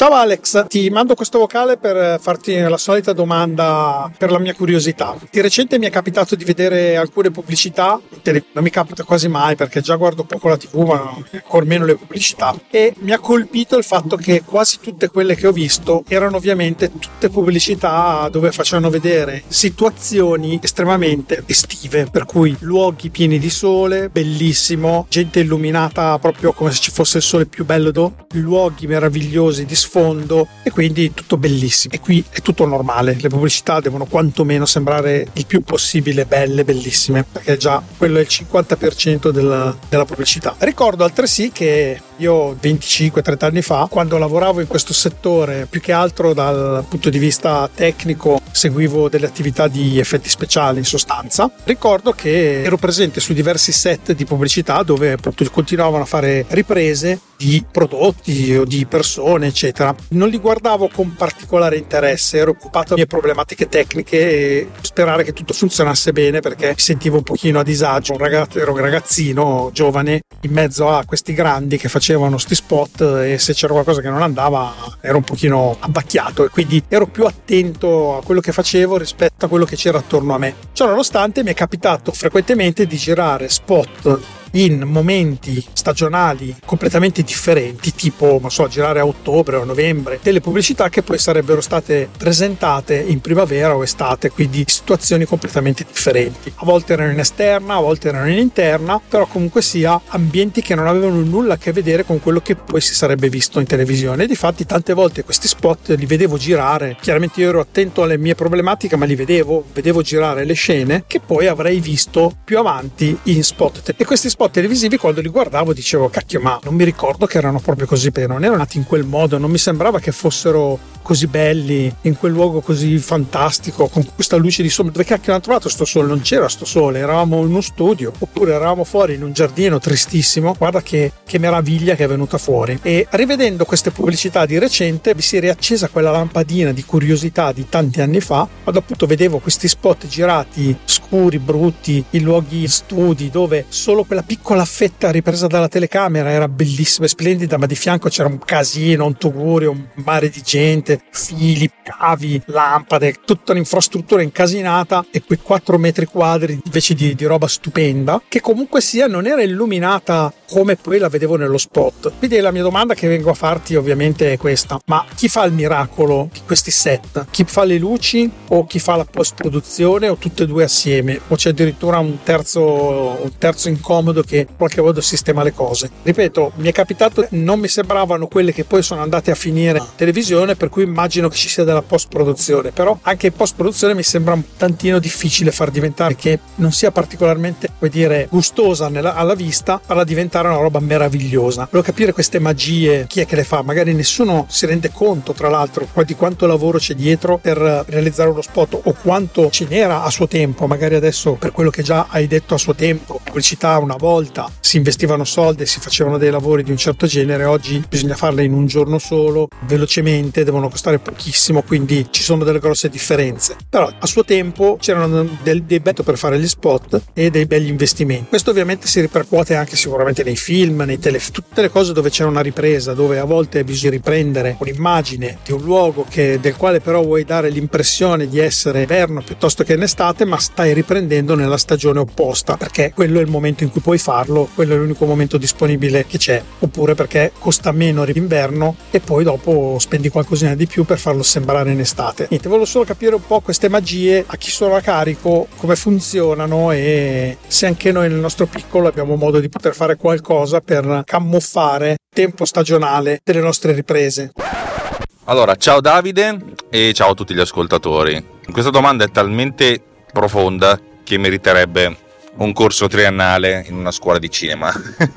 Ciao Alex, ti mando questo vocale per farti la solita domanda per la mia curiosità. Di recente mi è capitato di vedere alcune pubblicità, non mi capita quasi mai perché già guardo poco la TV, ma ancora meno le pubblicità, e mi ha colpito il fatto che quasi tutte quelle che ho visto erano ovviamente tutte pubblicità dove facevano vedere situazioni estremamente estive, per cui luoghi pieni di sole, bellissimo, gente illuminata proprio come se ci fosse il sole più bello luoghi meravigliosi di sfondo, e quindi tutto bellissimo. E qui è tutto normale, le pubblicità devono quantomeno sembrare il più possibile bellissime, perché già quello è il 50% della pubblicità. Ricordo altresì che io 25-30 anni fa, quando lavoravo in questo settore, più che altro dal punto di vista tecnico, seguivo delle attività di effetti speciali in sostanza. Ricordo che ero presente su diversi set di pubblicità dove appunto continuavano a fare riprese di prodotti o di persone eccetera. Non li guardavo con particolare interesse, ero occupato delle mie problematiche tecniche e sperare che tutto funzionasse bene, perché mi sentivo un pochino a disagio. Ero un ragazzino giovane in mezzo a questi grandi che facevano sti spot, e se c'era qualcosa che non andava ero un pochino abbacchiato, e quindi ero più attento a quello che facevo rispetto a quello che c'era attorno a me. Ciò nonostante mi è capitato frequentemente di girare spot in momenti stagionali completamente differenti, tipo, non so, girare a ottobre o a novembre, delle pubblicità che poi sarebbero state presentate in primavera o estate, quindi situazioni completamente differenti. A volte erano in esterna, a volte erano in interna, però comunque sia ambienti che non avevano nulla a che vedere con quello che poi si sarebbe visto in televisione. E difatti tante volte questi spot li vedevo girare, chiaramente io ero attento alle mie problematiche, ma li vedevo girare le scene che poi avrei visto più avanti in spot. E questi spot televisivi, quando li guardavo dicevo cacchio, ma non mi ricordo che erano proprio così, non erano nati in quel modo, non mi sembrava che fossero così belli in quel luogo così fantastico con questa luce di sole. Dove cacchio hanno trovato sto sole? Non c'era sto sole, eravamo in uno studio oppure eravamo fuori in un giardino tristissimo. Guarda che meraviglia che è venuta fuori. E rivedendo queste pubblicità di recente mi si è riaccesa quella lampadina di curiosità di tanti anni fa, quando appunto vedevo questi spot girati scuri, brutti, in luoghi studi dove solo quella piccola fetta ripresa dalla telecamera era bellissima e splendida, ma di fianco c'era un casino, un tugurio, un mare di gente, fili, cavi, lampade, tutta un'infrastruttura incasinata, e quei 4 metri quadri invece di roba stupenda, che comunque sia non era illuminata come poi la vedevo nello spot. Quindi la mia domanda che vengo a farti ovviamente è questa: ma chi fa il miracolo di questi set? Chi fa le luci o chi fa la post produzione, o tutte e due assieme, o c'è addirittura un terzo incomodo che qualche volta sistema le cose? Ripeto, mi è capitato, non mi sembravano quelle che poi sono andate a finire in televisione, per cui immagino che ci sia della post produzione, però anche in post produzione mi sembra un tantino difficile far diventare che non sia particolarmente, come dire, gustosa alla vista, farla diventare una roba meravigliosa. Volevo capire queste magie, chi è che le fa? Magari nessuno si rende conto, tra l'altro, di quanto lavoro c'è dietro per realizzare uno spot, o quanto ce n'era a suo tempo. Magari adesso, per quello che già hai detto a suo tempo, pubblicità una volta si investivano soldi e si facevano dei lavori di un certo genere, oggi bisogna farle in un giorno solo, velocemente, devono costare pochissimo, quindi ci sono delle grosse differenze. Però a suo tempo c'erano dei belli per fare gli spot e dei begli investimenti. Questo ovviamente si ripercuote anche sicuramente nei film, nei tutte le cose dove c'è una ripresa, dove a volte bisogna riprendere un'immagine di un luogo del quale però vuoi dare l'impressione di essere inverno piuttosto che in estate, ma stai riprendendo nella stagione opposta, perché quello è il momento in cui puoi farlo, quello è l'unico momento disponibile che c'è, oppure perché costa meno d'inverno e poi dopo spendi qualcosina di più per farlo sembrare in estate. Niente, volevo solo capire un po' queste magie, a chi sono a carico, come funzionano, e se anche noi nel nostro piccolo abbiamo modo di poter fare qualcosa per camuffare il tempo stagionale delle nostre riprese. Allora, ciao Davide e ciao a tutti gli ascoltatori. Questa domanda è talmente profonda che meriterebbe un corso triennale in una scuola di cinema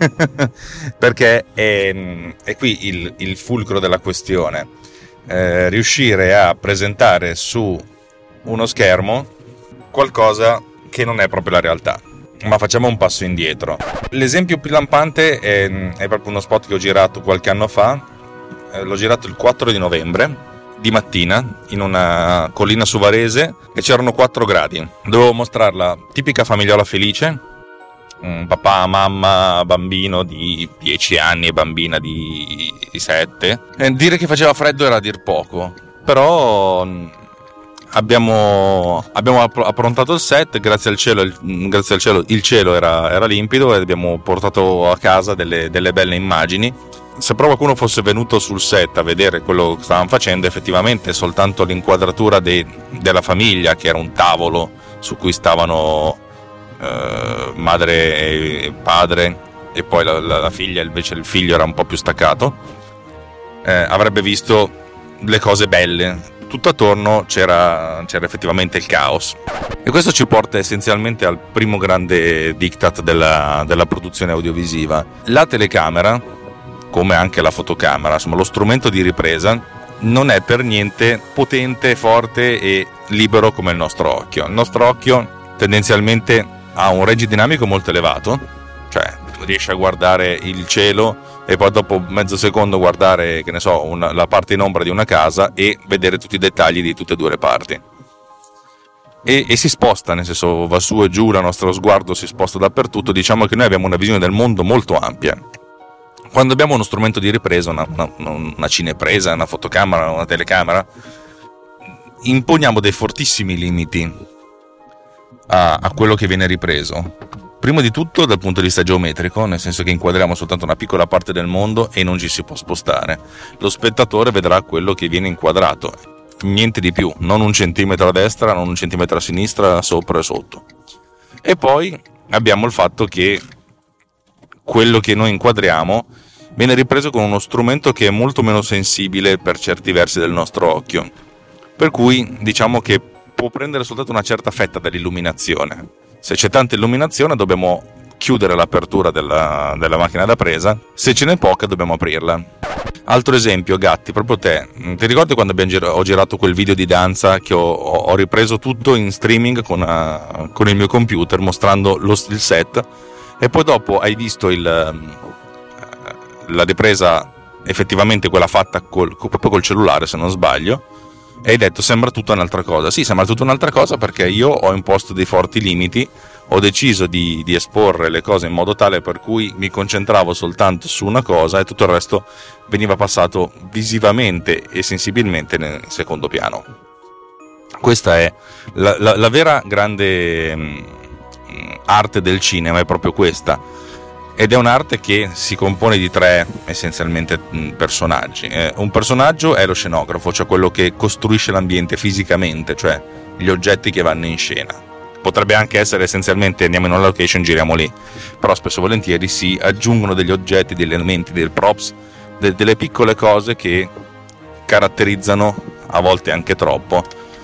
perché è qui il fulcro della questione. Riuscire a presentare su uno schermo qualcosa che non è proprio la realtà. Ma facciamo un passo indietro. L'esempio più lampante è proprio uno spot che ho girato qualche anno fa. L'ho girato il 4 di novembre di mattina in una collina suvarese e c'erano 4 gradi. Dovevo mostrare la tipica famigliola felice papà, mamma, bambino di 10 anni e bambina di 7. Dire che faceva freddo era a dir poco, però abbiamo approntato il set, grazie al cielo il cielo era limpido e abbiamo portato a casa delle belle immagini. Se però qualcuno fosse venuto sul set a vedere quello che stavamo facendo, effettivamente soltanto l'inquadratura della famiglia, che era un tavolo su cui stavano madre e padre, e poi la figlia, invece il figlio era un po' più staccato, avrebbe visto le cose belle. Tutto attorno c'era effettivamente il caos, e questo ci porta essenzialmente al primo grande diktat della produzione audiovisiva. La telecamera, come anche la fotocamera, insomma lo strumento di ripresa, non è per niente potente, forte e libero come il nostro occhio. Il nostro occhio tendenzialmente ha un range dinamico molto elevato, cioè riesce a guardare il cielo e poi dopo mezzo secondo guardare, che ne so, la parte in ombra di una casa e vedere tutti i dettagli di tutte e due le parti. E si sposta, nel senso va su e giù, il nostro sguardo si sposta dappertutto. Diciamo che noi abbiamo una visione del mondo molto ampia. Quando abbiamo uno strumento di ripresa, una cinepresa, una fotocamera, una telecamera, imponiamo dei fortissimi limiti a quello che viene ripreso. Prima di tutto dal punto di vista geometrico, nel senso che inquadriamo soltanto una piccola parte del mondo e non ci si può spostare. Lo spettatore vedrà quello che viene inquadrato, niente di più, non un centimetro a destra, non un centimetro a sinistra, sopra e sotto. E poi abbiamo il fatto che quello che noi inquadriamo viene ripreso con uno strumento che è molto meno sensibile per certi versi del nostro occhio, per cui diciamo che può prendere soltanto una certa fetta dell'illuminazione. Se c'è tanta illuminazione dobbiamo chiudere l'apertura della macchina da presa, se ce n'è poca dobbiamo aprirla. Altro esempio, Gatti, proprio te, ti ricordi quando ho girato quel video di danza che ho ripreso tutto in streaming con il mio computer mostrando il set, e poi dopo hai visto la ripresa effettivamente quella fatta proprio col cellulare, se non sbaglio, e hai detto sembra tutta un'altra cosa. Sì, sembra tutta un'altra cosa perché io ho imposto dei forti limiti, ho deciso di esporre le cose in modo tale per cui mi concentravo soltanto su una cosa e tutto il resto veniva passato visivamente e sensibilmente nel secondo piano. Questa è la vera grande arte del cinema, è proprio questa, ed è un'arte che si compone di 3 essenzialmente personaggi. Un personaggio è lo scenografo, cioè quello che costruisce l'ambiente fisicamente, cioè gli oggetti che vanno in scena. Potrebbe anche essere essenzialmente andiamo in una location, giriamo lì, però spesso e volentieri si aggiungono degli oggetti, degli elementi, dei props, delle piccole cose che caratterizzano, a volte anche troppo,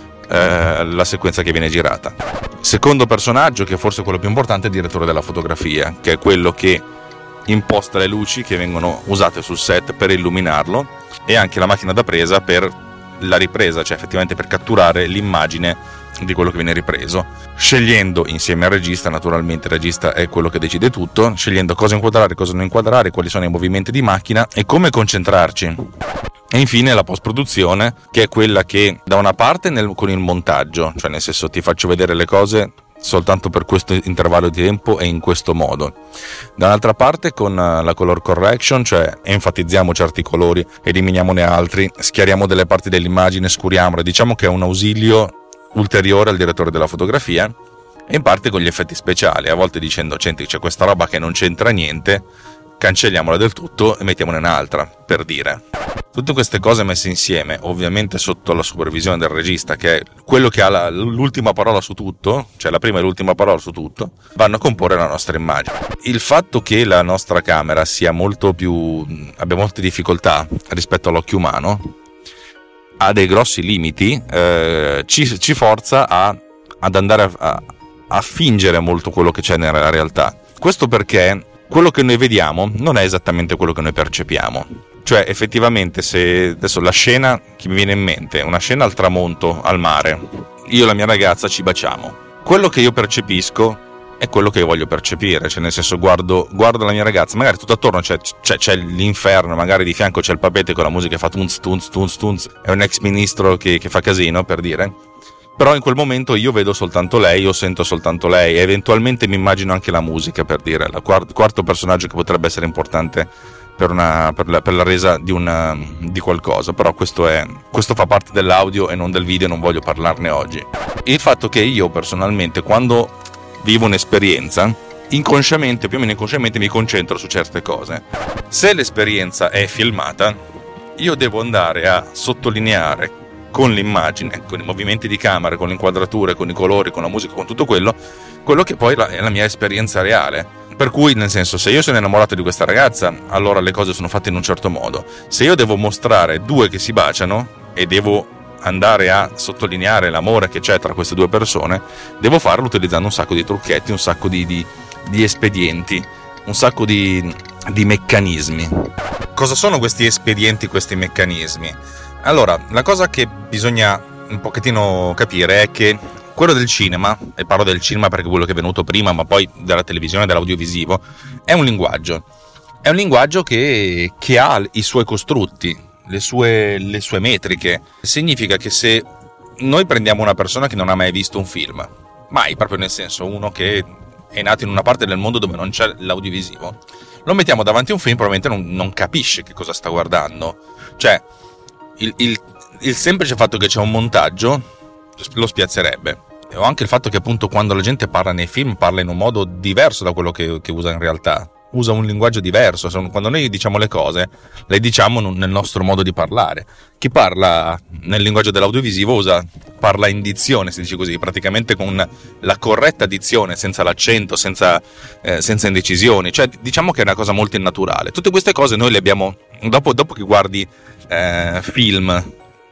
la sequenza che viene girata. Secondo personaggio, che forse è quello più importante, è il direttore della fotografia, che è quello che imposta le luci che vengono usate sul set per illuminarlo, e anche la macchina da presa per la ripresa, cioè effettivamente per catturare l'immagine di quello che viene ripreso, scegliendo insieme al regista, naturalmente il regista è quello che decide tutto, scegliendo cosa inquadrare, cosa non inquadrare, quali sono i movimenti di macchina e come concentrarci. E infine la post-produzione, che è quella che da una parte con il montaggio, cioè nel senso ti faccio vedere le cose soltanto per questo intervallo di tempo e in questo modo, dall'altra parte con la color correction, cioè enfatizziamo certi colori, eliminiamone altri, schiariamo delle parti dell'immagine, scuriamole, diciamo che è un ausilio ulteriore al direttore della fotografia, e in parte con gli effetti speciali, a volte dicendo senti c'è questa roba che non c'entra niente, cancelliamola del tutto e mettiamone un'altra, per dire. Tutte queste cose messe insieme, ovviamente sotto la supervisione del regista, che è quello che ha l'ultima parola su tutto, cioè la prima e l'ultima parola su tutto, vanno a comporre la nostra immagine. Il fatto che la nostra camera sia abbia molte difficoltà rispetto all'occhio umano, ha dei grossi limiti, ci forza ad andare a fingere molto quello che c'è nella realtà. Questo perché quello che noi vediamo non è esattamente quello che noi percepiamo. Cioè effettivamente, se adesso la scena che mi viene in mente, una scena al tramonto, al mare, io e la mia ragazza ci baciamo, quello che io percepisco è quello che io voglio percepire, cioè nel senso guardo la mia ragazza, magari tutto attorno c'è l'inferno, magari di fianco c'è il papete con la musica che fa tunz tunz tunz tunz, è un ex ministro che fa casino, per dire, però in quel momento io vedo soltanto lei, io sento soltanto lei, e eventualmente mi immagino anche la musica, per dire, il quarto personaggio che potrebbe essere importante per la resa di qualcosa. Però questo fa parte dell'audio e non del video, non voglio parlarne oggi. Il fatto che io personalmente, quando vivo un'esperienza, inconsciamente, più o meno inconsciamente, mi concentro su certe cose. Se l'esperienza è filmata, io devo andare a sottolineare con l'immagine, con i movimenti di camera, con le inquadrature, con i colori, con la musica, con tutto quello che poi è la mia esperienza reale. Per cui, nel senso, se io sono innamorato di questa ragazza, allora le cose sono fatte in un certo modo. Se io devo mostrare due che si baciano e devo andare a sottolineare l'amore che c'è tra queste due persone, devo farlo utilizzando un sacco di trucchetti, un sacco di espedienti, un sacco di meccanismi. Cosa sono questi espedienti, questi meccanismi? Allora, la cosa che bisogna un pochettino capire è che quello del cinema, e parlo del cinema perché è quello che è venuto prima, ma poi della televisione, dell'audiovisivo, è un linguaggio. È un linguaggio che ha i suoi costrutti, le sue metriche. Significa che se noi prendiamo una persona che non ha mai visto un film, mai, proprio nel senso, uno che è nato in una parte del mondo dove non c'è l'audiovisivo, lo mettiamo davanti a un film, probabilmente non capisce che cosa sta guardando. Cioè, il semplice fatto che c'è un montaggio lo spiazzerebbe, o anche il fatto che appunto quando la gente parla nei film parla in un modo diverso da quello che usa in realtà, usa un linguaggio diverso. Quando noi diciamo le cose, le diciamo nel nostro modo di parlare. Chi parla nel linguaggio dell'audiovisivo parla in dizione, si dice così, praticamente con la corretta dizione, senza l'accento, senza indecisioni. Cioè, diciamo che è una cosa molto innaturale. Tutte queste cose noi le abbiamo dopo che guardi film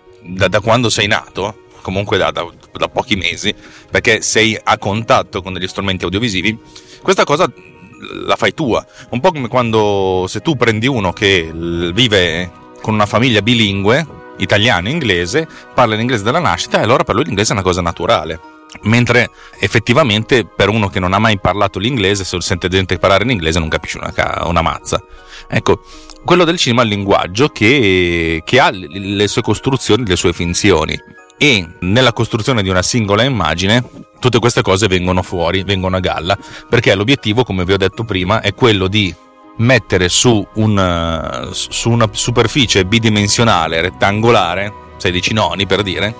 da quando sei nato, comunque da pochi mesi, perché sei a contatto con degli strumenti audiovisivi, questa cosa la fai tua. Un po' come quando, se tu prendi uno che vive con una famiglia bilingue, italiano e inglese, parla l'inglese dalla nascita, e allora per lui l'inglese è una cosa naturale. Mentre effettivamente per uno che non ha mai parlato l'inglese, se sente gente parlare in inglese non capisce una mazza. Ecco, quello del cinema è il linguaggio che ha le sue costruzioni, le sue finzioni, e nella costruzione di una singola immagine tutte queste cose vengono fuori, vengono a galla, perché l'obiettivo, come vi ho detto prima, è quello di mettere su una superficie bidimensionale, rettangolare, 16 noni per dire,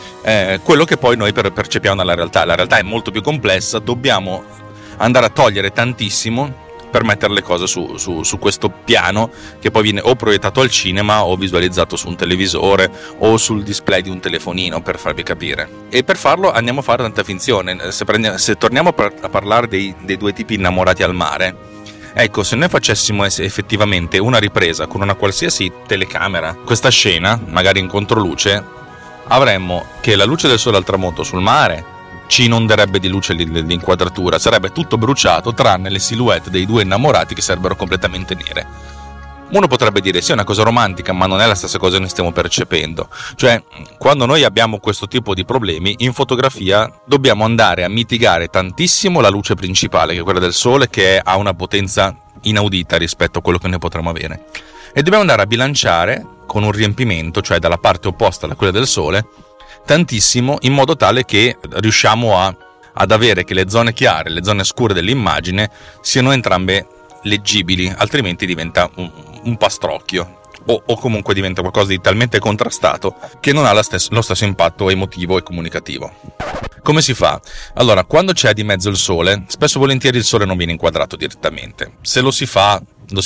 quello che poi noi percepiamo dalla realtà. La realtà è molto più complessa, dobbiamo andare a togliere tantissimo per mettere le cose su questo piano, che poi viene o proiettato al cinema o visualizzato su un televisore o sul display di un telefonino, per farvi capire. E per farlo andiamo a fare tanta finzione. Se torniamo a parlare dei due tipi innamorati al mare, ecco, se noi facessimo effettivamente una ripresa con una qualsiasi telecamera, questa scena, magari in controluce, avremmo che la luce del sole al tramonto sul mare ci inonderebbe di luce l'inquadratura, sarebbe tutto bruciato tranne le silhouette dei due innamorati che sarebbero completamente nere. Uno potrebbe dire sì, è una cosa romantica, ma non è la stessa cosa che noi stiamo percependo. Cioè, quando noi abbiamo questo tipo di problemi, in fotografia dobbiamo andare a mitigare tantissimo la luce principale, che è quella del sole, che ha una potenza inaudita rispetto a quello che noi potremmo avere, e dobbiamo andare a bilanciare con un riempimento, cioè dalla parte opposta a quella del sole, tantissimo, in modo tale che riusciamo ad avere che le zone chiare e le zone scure dell'immagine siano entrambe leggibili, altrimenti diventa un pastrocchio, o comunque diventa qualcosa di talmente contrastato che non ha lo stesso impatto emotivo e comunicativo. Come si fa? Allora, quando c'è di mezzo il sole, spesso e volentieri il sole non viene inquadrato direttamente. Se lo si fa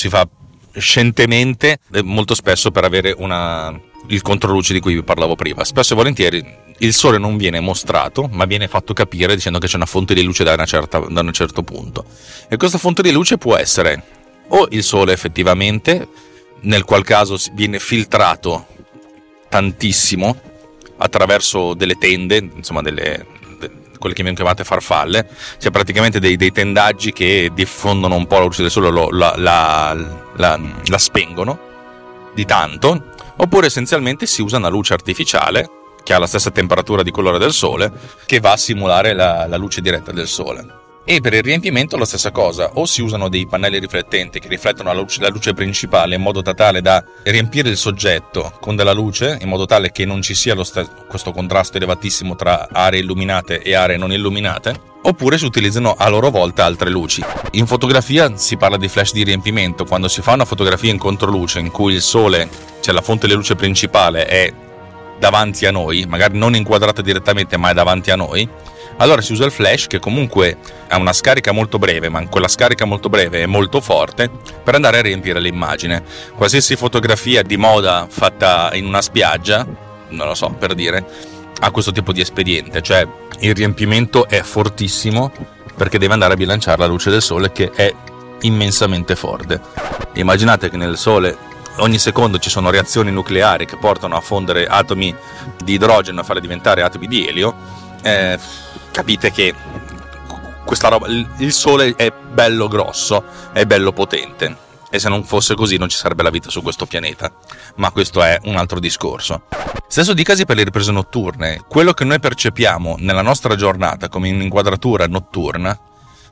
scientemente, molto spesso per avere il controluce di cui vi parlavo prima. Spesso e volentieri il sole non viene mostrato, ma viene fatto capire dicendo che c'è una fonte di luce da un certo punto, e questa fonte di luce può essere o il sole effettivamente, nel qual caso viene filtrato tantissimo attraverso delle tende, insomma quelle che vengono chiamate farfalle, cioè praticamente dei tendaggi che diffondono un po' la luce del sole, la spengono di tanto. Oppure essenzialmente si usa una luce artificiale che ha la stessa temperatura di colore del sole, che va a simulare la luce diretta del sole. E per il riempimento la stessa cosa, o si usano dei pannelli riflettenti che riflettono la luce principale in modo tale da riempire il soggetto con della luce, in modo tale che non ci sia questo contrasto elevatissimo tra aree illuminate e aree non illuminate, oppure si utilizzano a loro volta altre luci. In fotografia si parla di flash di riempimento, quando si fa una fotografia in controluce in cui il sole, cioè la fonte di luce principale, è davanti a noi, magari non inquadrata direttamente ma è davanti a noi, allora si usa il flash, che comunque ha una scarica molto breve, ma quella scarica molto breve è molto forte, per andare a riempire l'immagine. Qualsiasi fotografia di moda fatta in una spiaggia, non lo so, per dire, ha questo tipo di espediente, cioè il riempimento è fortissimo perché deve andare a bilanciare la luce del sole, che è immensamente forte. Immaginate che nel sole ogni secondo ci sono reazioni nucleari che portano a fondere atomi di idrogeno e a farli diventare atomi di elio. Capite che questa roba, il sole è bello grosso, è bello potente, e se non fosse così non ci sarebbe la vita su questo pianeta, ma questo è un altro discorso. Stesso dicasi per le riprese notturne. Quello che noi percepiamo nella nostra giornata come un'inquadratura notturna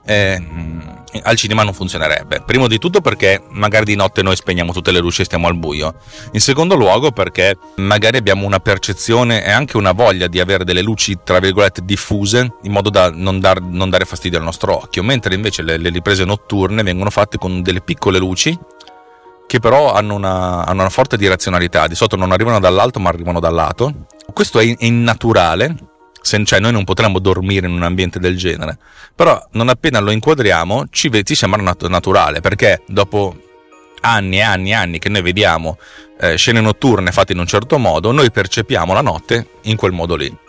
al cinema non funzionerebbe. Primo di tutto perché magari di notte noi spegniamo tutte le luci e stiamo al buio. In secondo luogo perché magari abbiamo una percezione e anche una voglia di avere delle luci tra virgolette diffuse, in modo da non dare fastidio al nostro occhio, mentre invece le riprese notturne vengono fatte con delle piccole luci che però hanno una forte direzionalità. Di solito non arrivano dall'alto ma arrivano dal lato. Questo è innaturale, cioè noi non potremmo dormire in un ambiente del genere, però non appena lo inquadriamo ci sembra naturale, perché dopo anni e anni e anni che noi vediamo scene notturne fatte in un certo modo, noi percepiamo la notte in quel modo lì,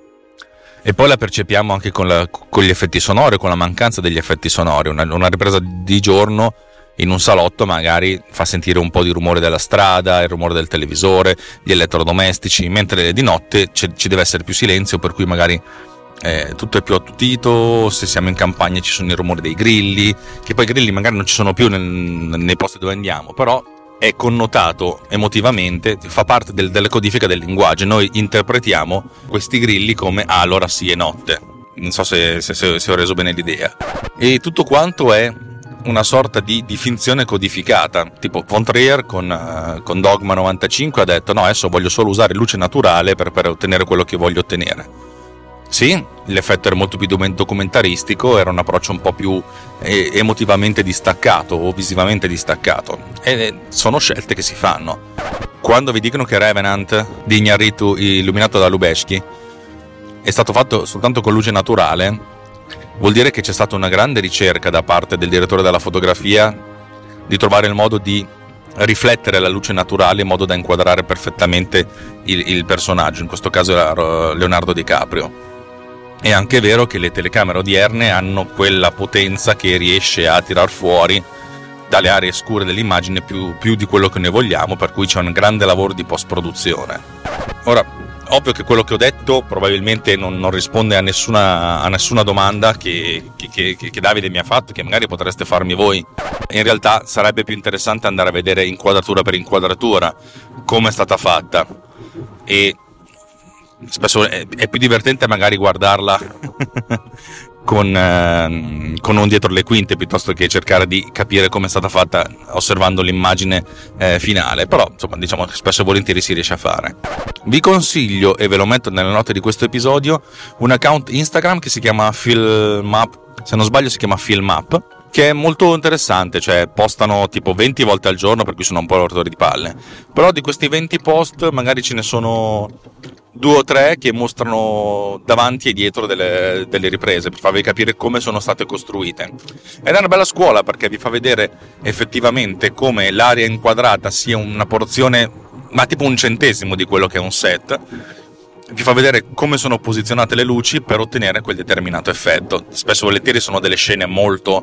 e poi la percepiamo anche con gli effetti sonori, con la mancanza degli effetti sonori. Una ripresa di giorno in un salotto magari fa sentire un po' di rumore della strada, il rumore del televisore, gli elettrodomestici, mentre di notte ci deve essere più silenzio, per cui magari tutto è più attutito. Se siamo in campagna ci sono i rumori dei grilli, che poi i grilli magari non ci sono più nei posti dove andiamo, però è connotato emotivamente, fa parte della codifica del linguaggio. Noi interpretiamo questi grilli come allora sì, è notte. Non so se ho reso bene l'idea. E tutto quanto è una sorta di finzione codificata, tipo Von Trier con Dogma 95 ha detto no, adesso voglio solo usare luce naturale per ottenere quello che voglio ottenere. Sì, l'effetto era molto più documentaristico, era un approccio un po' più emotivamente distaccato o visivamente distaccato, e sono scelte che si fanno. Quando vi dicono che Revenant di Iñárritu, illuminato da Lubezki, è stato fatto soltanto con luce naturale, vuol dire che c'è stata una grande ricerca da parte del direttore della fotografia di trovare il modo di riflettere la luce naturale in modo da inquadrare perfettamente il personaggio, in questo caso era Leonardo DiCaprio. È anche vero che le telecamere odierne hanno quella potenza che riesce a tirar fuori dalle aree scure dell'immagine più di quello che noi vogliamo, per cui c'è un grande lavoro di post-produzione. Ora, ovvio che quello che ho detto probabilmente non risponde a nessuna domanda che Davide mi ha fatto, che magari potreste farmi voi. In realtà sarebbe più interessante andare a vedere inquadratura per inquadratura come è stata fatta, e spesso è più divertente magari guardarla con un dietro le quinte, piuttosto che cercare di capire come è stata fatta osservando l'immagine finale. Però insomma, diciamo che spesso e volentieri si riesce a fare. Vi consiglio, e ve lo metto nelle note di questo episodio, un account Instagram che si chiama Filmup, se non sbaglio si chiama Filmup, che è molto interessante. Cioè postano tipo 20 volte al giorno, per cui sono un po' rottori di palle, però di questi 20 post magari ce ne sono 2 o 3 che mostrano davanti e dietro delle riprese, per farvi capire come sono state costruite. Ed è una bella scuola, perché vi fa vedere effettivamente come l'area inquadrata sia una porzione, ma tipo 1/100 di quello che è un set. Vi fa vedere come sono posizionate le luci per ottenere quel determinato effetto. Spesso e volentieri sono delle scene molto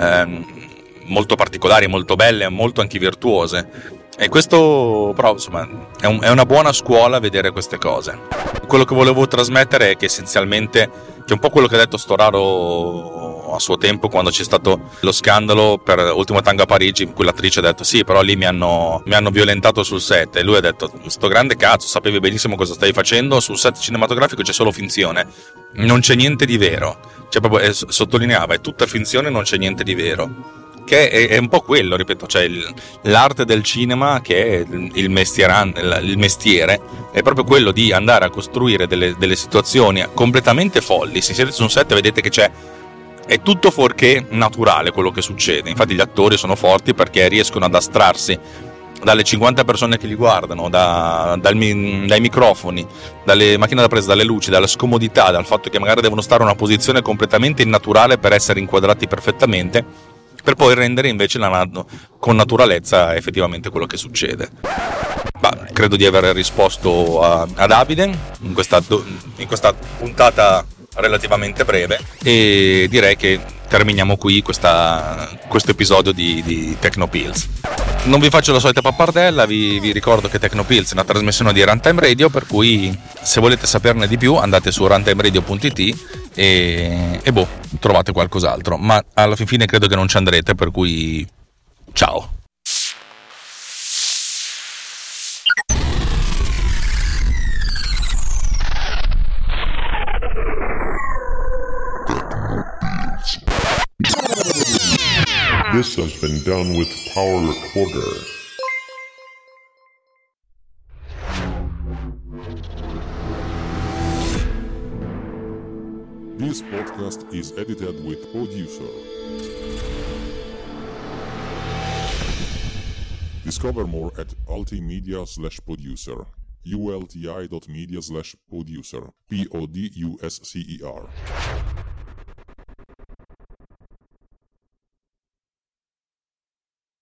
particolari, molto belle, molto anche virtuose. E questo però insomma è una buona scuola vedere queste cose. Quello che volevo trasmettere è che essenzialmente, che è un po' quello che ha detto Storaro a suo tempo quando c'è stato lo scandalo per Ultimo Tango a Parigi, in cui l'attrice ha detto sì, però lì mi hanno violentato sul set, e lui ha detto sto grande cazzo, sapevi benissimo cosa stavi facendo, sul set cinematografico c'è solo finzione, non c'è niente di vero. cioè proprio sottolineava, è tutta finzione, non c'è niente di vero. Che è un po' quello, ripeto, cioè l'arte del cinema, che è il mestiere, è proprio quello di andare a costruire delle situazioni completamente folli. Se siete su un set vedete che è tutto fuorché naturale quello che succede. Infatti gli attori sono forti perché riescono ad astrarsi dalle 50 persone che li guardano, dai microfoni, dalle macchine da presa, dalle luci, dalla scomodità, dal fatto che magari devono stare in una posizione completamente innaturale per essere inquadrati perfettamente, per poi rendere invece con naturalezza effettivamente quello che succede. Credo di aver risposto a Davide in questa puntata relativamente breve, e direi che terminiamo qui questo episodio di Tecnopills. Non vi faccio la solita pappardella, vi ricordo che Tecnopills è una trasmissione di Runtime Radio, per cui se volete saperne di più andate su runtimeradio.it e trovate qualcos'altro, ma alla fine credo che non ci andrete, per cui ciao. This has been done with Power Recorder. This podcast is edited with Producer. Discover more at ultimedia/producer. ulti.media/producer. PODUSCER.